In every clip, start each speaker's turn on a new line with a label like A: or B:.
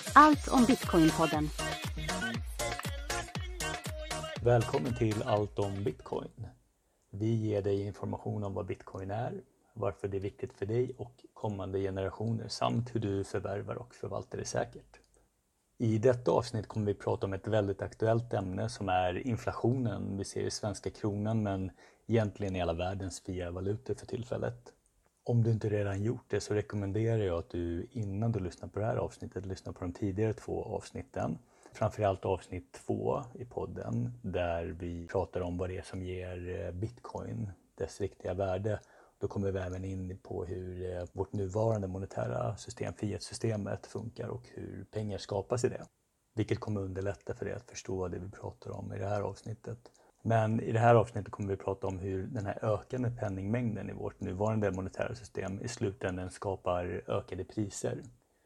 A: Allt om Bitcoin-podden.
B: Välkommen till Allt om Bitcoin. Vi ger dig information om vad Bitcoin är, varför det är viktigt för dig och kommande generationer samt hur du förvärvar och förvaltar det säkert. I detta avsnitt kommer vi prata om ett väldigt aktuellt ämne som är inflationen vi ser i svenska kronan men egentligen i alla världens fria valutor för tillfället. Om du inte redan gjort det så rekommenderar jag att du innan du lyssnar på det här avsnittet lyssnar på de tidigare 2 avsnitten. Framförallt avsnitt 2 i podden där vi pratar om vad det är som ger Bitcoin dess riktiga värde. Då kommer vi även in på hur vårt nuvarande monetära system, fiat-systemet, funkar och hur pengar skapas i det. Vilket kommer underlätta för dig att förstå det vi pratar om i det här avsnittet. Men i det här avsnittet kommer vi prata om hur den här ökande penningmängden i vårt nuvarande monetära system i slutändan skapar ökade priser.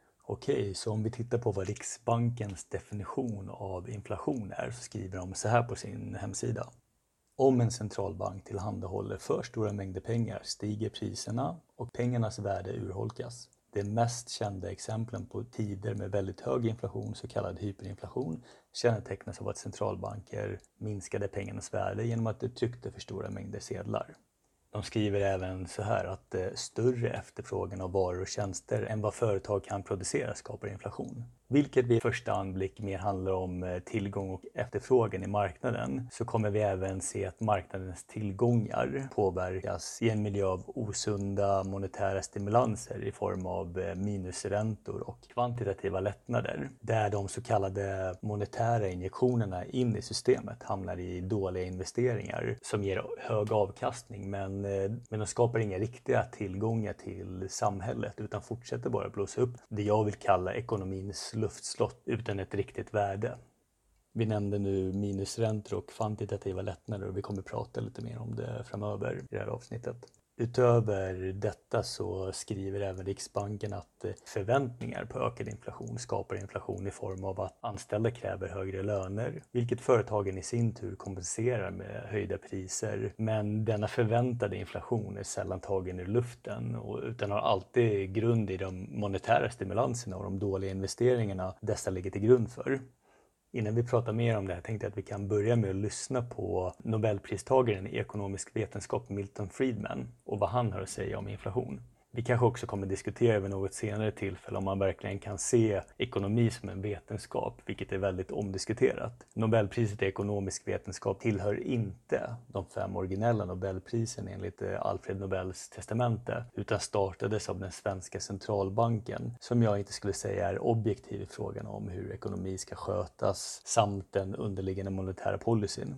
B: Okej, så om vi tittar på vad Riksbankens definition av inflation är så skriver de så här på sin hemsida. Om en centralbank tillhandahåller för stora mängder pengar stiger priserna och pengarnas värde urholkas. De mest kända exemplen på tider med väldigt hög inflation, så kallad hyperinflation, kännetecknas av att centralbanker minskade pengarnas värde genom att de tryckte för stora mängder sedlar. De skriver även så här att större efterfrågan av varor och tjänster än vad företag kan producera skapar inflation. Vilket vid första anblick mer handlar om tillgång och efterfrågan i marknaden, så kommer vi även se att marknadens tillgångar påverkas i en miljö av osunda monetära stimulanser i form av minusräntor och kvantitativa lättnader. Där de så kallade monetära injektionerna in i systemet hamnar i dåliga investeringar som ger hög avkastning men de skapar inga riktiga tillgångar till samhället utan fortsätter bara blåsa upp det jag vill kalla ekonomins luftslott utan ett riktigt värde. Vi nämnde nu minusräntor och kvantitativa lättnader och vi kommer prata lite mer om det framöver i det här avsnittet. Utöver detta så skriver även Riksbanken att förväntningar på ökad inflation skapar inflation i form av att anställda kräver högre löner, vilket företagen i sin tur kompenserar med höjda priser. Men denna förväntade inflation är sällan tagen ur luften utan har alltid grund i de monetära stimulanserna och de dåliga investeringarna dessa ligger till grund för. Innan vi pratar mer om det här tänkte jag att vi kan börja med att lyssna på Nobelpristagaren i ekonomisk vetenskap Milton Friedman och vad han har att säga om inflation. Vi kanske också kommer diskutera vid något senare tillfälle om man verkligen kan se ekonomi som en vetenskap, vilket är väldigt omdiskuterat. Nobelpriset i ekonomisk vetenskap tillhör inte de 5 originella Nobelprisen enligt Alfred Nobels testamente, utan startades av den svenska centralbanken, som jag inte skulle säga är objektiv i frågan om hur ekonomi ska skötas samt den underliggande monetära policyn.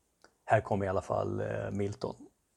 B: Här kommer i alla fall Milton.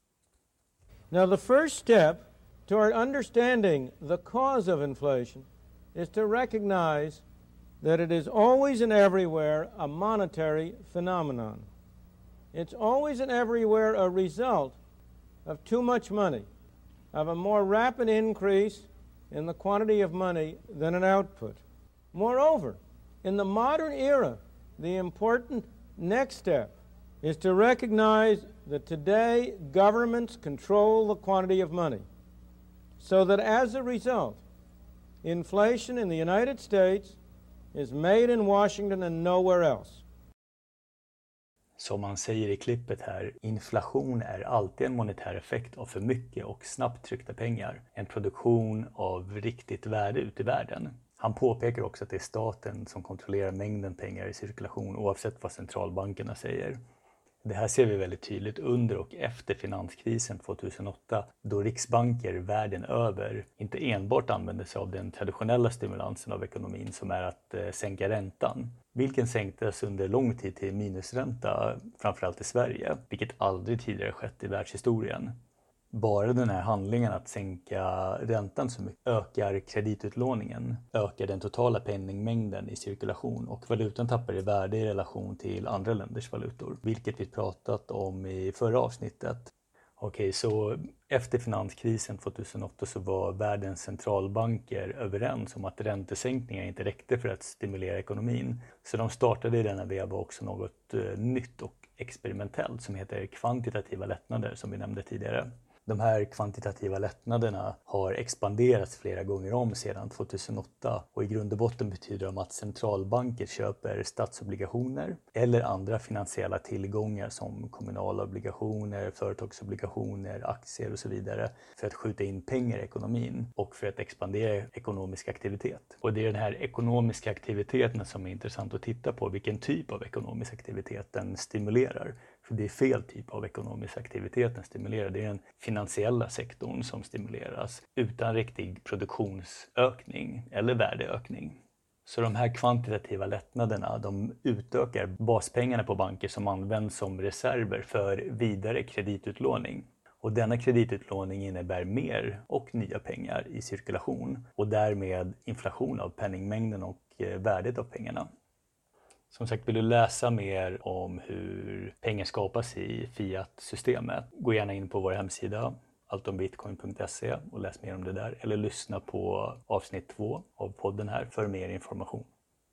C: Now the first step toward understanding the cause of inflation is to recognize that it is always and everywhere a monetary phenomenon. It's always and everywhere a result of too much money, of a more rapid increase in the quantity of money than an output. Moreover, in the modern era, the important next step is to recognize that today governments control the quantity of money. So that as a result, inflation in the United States is made in Washington and nowhere else.
B: Som man säger i klippet här, inflation är alltid en monetär effekt av för mycket och snabbt tryckta pengar. En produktion av riktigt värde ut i världen. Han påpekar också att det är staten som kontrollerar mängden pengar i cirkulation oavsett vad centralbankerna säger. Det här ser vi väldigt tydligt under och efter finanskrisen 2008 då riksbanker världen över inte enbart använde sig av den traditionella stimulansen av ekonomin som är att sänka räntan. Vilken sänktes under lång tid till minusränta, framförallt i Sverige, vilket aldrig tidigare skett i världshistorien. Bara den här handlingen att sänka räntan så mycket ökar kreditutlåningen, ökar den totala penningmängden i cirkulation och valutan tappar i värde i relation till andra länders valutor, vilket vi pratat om i förra avsnittet. Okej, så efter finanskrisen 2008 så var världens centralbanker överens om att räntesänkningar inte räckte för att stimulera ekonomin. Så de startade i denna veva också något nytt och experimentellt som heter kvantitativa lättnader som vi nämnde tidigare. De här kvantitativa lättnaderna har expanderats flera gånger om sedan 2008 och i grund och botten betyder de att centralbanker köper statsobligationer eller andra finansiella tillgångar som kommunala obligationer, företagsobligationer, aktier och så vidare för att skjuta in pengar i ekonomin och för att expandera ekonomisk aktivitet. Och det är den här ekonomiska aktiviteten som är intressant att titta på, vilken typ av ekonomisk aktivitet den stimulerar. För det är fel typ av ekonomisk aktivitet den stimulerar. Det är den finansiella sektorn som stimuleras utan riktig produktionsökning eller värdeökning. Så de här kvantitativa lättnaderna, de utökar baspengarna på banker som används som reserver för vidare kreditutlåning. Och denna kreditutlåning innebär mer och nya pengar i cirkulation och därmed inflation av penningmängden och värdet av pengarna. Som sagt, vill du läsa mer om hur pengar skapas i fiat-systemet, gå gärna in på vår hemsida alltombitcoin.se och läs mer om det där. Eller lyssna på avsnitt 2 av podden här för mer information.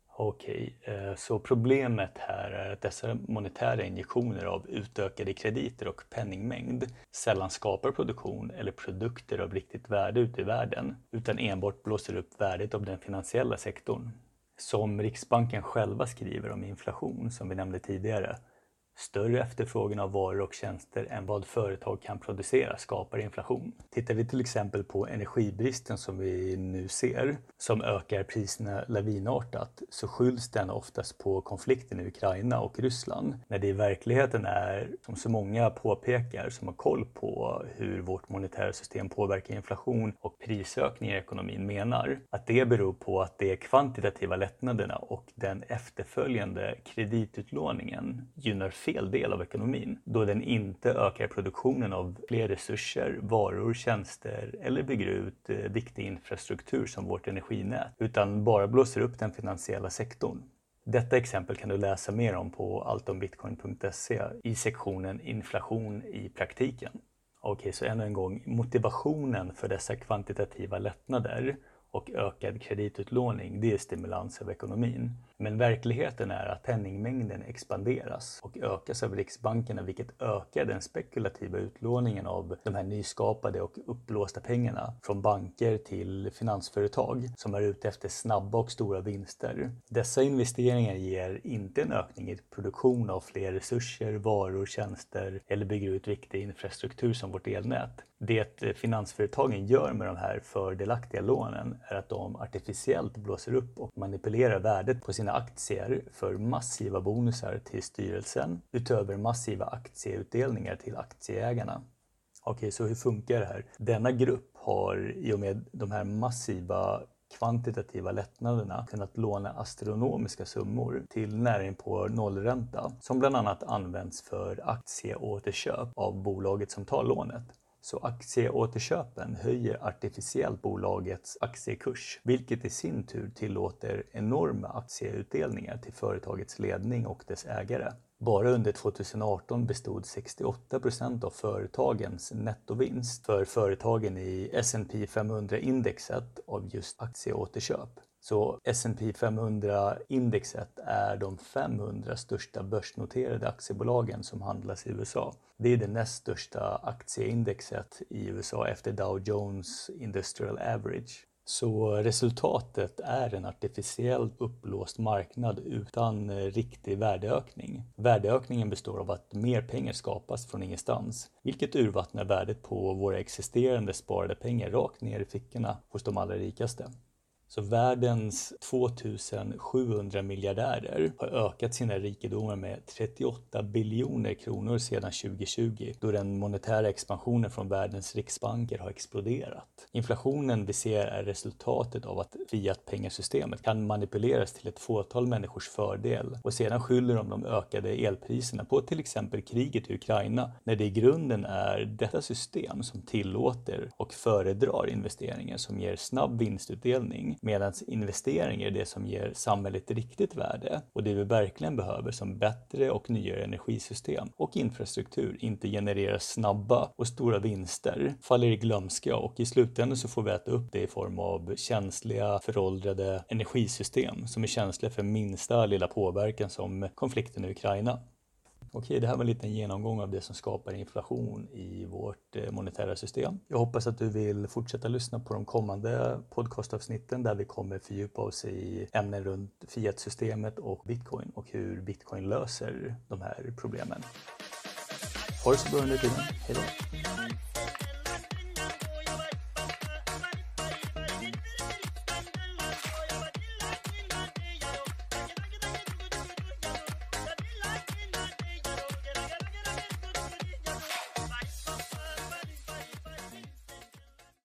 B: Okej, så problemet här är att dessa monetära injektioner av utökade krediter och penningmängd sällan skapar produktion eller produkter av riktigt värde ute i världen, utan enbart blåser upp värdet av den finansiella sektorn. Som Riksbanken själva skriver om inflation, som vi nämnde tidigare, större efterfrågan av varor och tjänster än vad företag kan producera skapar inflation. Tittar vi till exempel på energibristen som vi nu ser, som ökar priserna lavinartat, så skylls den oftast på konflikten i Ukraina och Ryssland. När det i verkligheten är, som så många påpekar som har koll på hur vårt monetära system påverkar inflation och prisökningar i ekonomin, menar att det beror på att de kvantitativa lättnaderna och den efterföljande kreditutlåningen gynnar fel del av ekonomin, då den inte ökar produktionen av fler resurser, varor, tjänster eller bygger ut viktig infrastruktur som vårt energinät, utan bara blåser upp den finansiella sektorn. Detta exempel kan du läsa mer om på alltombitcoin.se i sektionen inflation i praktiken. Okej, så ännu en gång, motivationen för dessa kvantitativa lättnader och ökad kreditutlåning, det är stimulans av ekonomin. Men verkligheten är att penningmängden expanderas och ökas av riksbankerna, vilket ökar den spekulativa utlåningen av de här nyskapade och uppblåsta pengarna från banker till finansföretag som är ute efter snabba och stora vinster. Dessa investeringar ger inte en ökning i produktion av fler resurser, varor, tjänster eller bygger ut viktig infrastruktur som vårt elnät. Det finansföretagen gör med de här fördelaktiga lånen är att de artificiellt blåser upp och manipulerar värdet på sina aktier för massiva bonusar till styrelsen utöver massiva aktieutdelningar till aktieägarna. Okej, så hur funkar det här? Denna grupp har i och med de här massiva kvantitativa lättnaderna kunnat låna astronomiska summor till nära på nollränta som bland annat används för aktieåterköp av bolaget som tar lånet. Så aktieåterköpen höjer artificiellt bolagets aktiekurs, vilket i sin tur tillåter enorma aktieutdelningar till företagets ledning och dess ägare. Bara under 2018 bestod 68% av företagens nettovinst för företagen i S&P 500-indexet av just aktieåterköp. Så S&P 500-indexet är de 500 största börsnoterade aktiebolagen som handlas i USA. Det är det näst största aktieindexet i USA efter Dow Jones Industrial Average. Så resultatet är en artificiellt uppblåst marknad utan riktig värdeökning. Värdeökningen består av att mer pengar skapas från ingenstans, vilket urvattnar värdet på våra existerande sparade pengar rakt ner i fickorna hos de allra rikaste. Så världens 2700 miljardärer har ökat sina rikedomar med 38 biljoner kronor sedan 2020, då den monetära expansionen från världens riksbanker har exploderat. Inflationen vi ser är resultatet av att fiat-pengasystemet kan manipuleras till ett fåtal människors fördel och sedan skyller de ökade elpriserna på till exempel kriget i Ukraina, när det i grunden är detta system som tillåter och föredrar investeringar som ger snabb vinstutdelning, medan investeringar är det som ger samhället riktigt värde och det vi verkligen behöver som bättre och nyare energisystem och infrastruktur inte genererar snabba och stora vinster, faller i glömska och i slutändan så får vi äta upp det i form av känsliga, föråldrade energisystem som är känsliga för minsta lilla påverkan som konflikten i Ukraina. Okej, det här var en liten genomgång av det som skapar inflation i vårt monetära system. Jag hoppas att du vill fortsätta lyssna på de kommande podcastavsnitten där vi kommer fördjupa oss i ämnen runt fiat-systemet och bitcoin och hur bitcoin löser de här problemen. Ha det så bra under tiden. Hej då!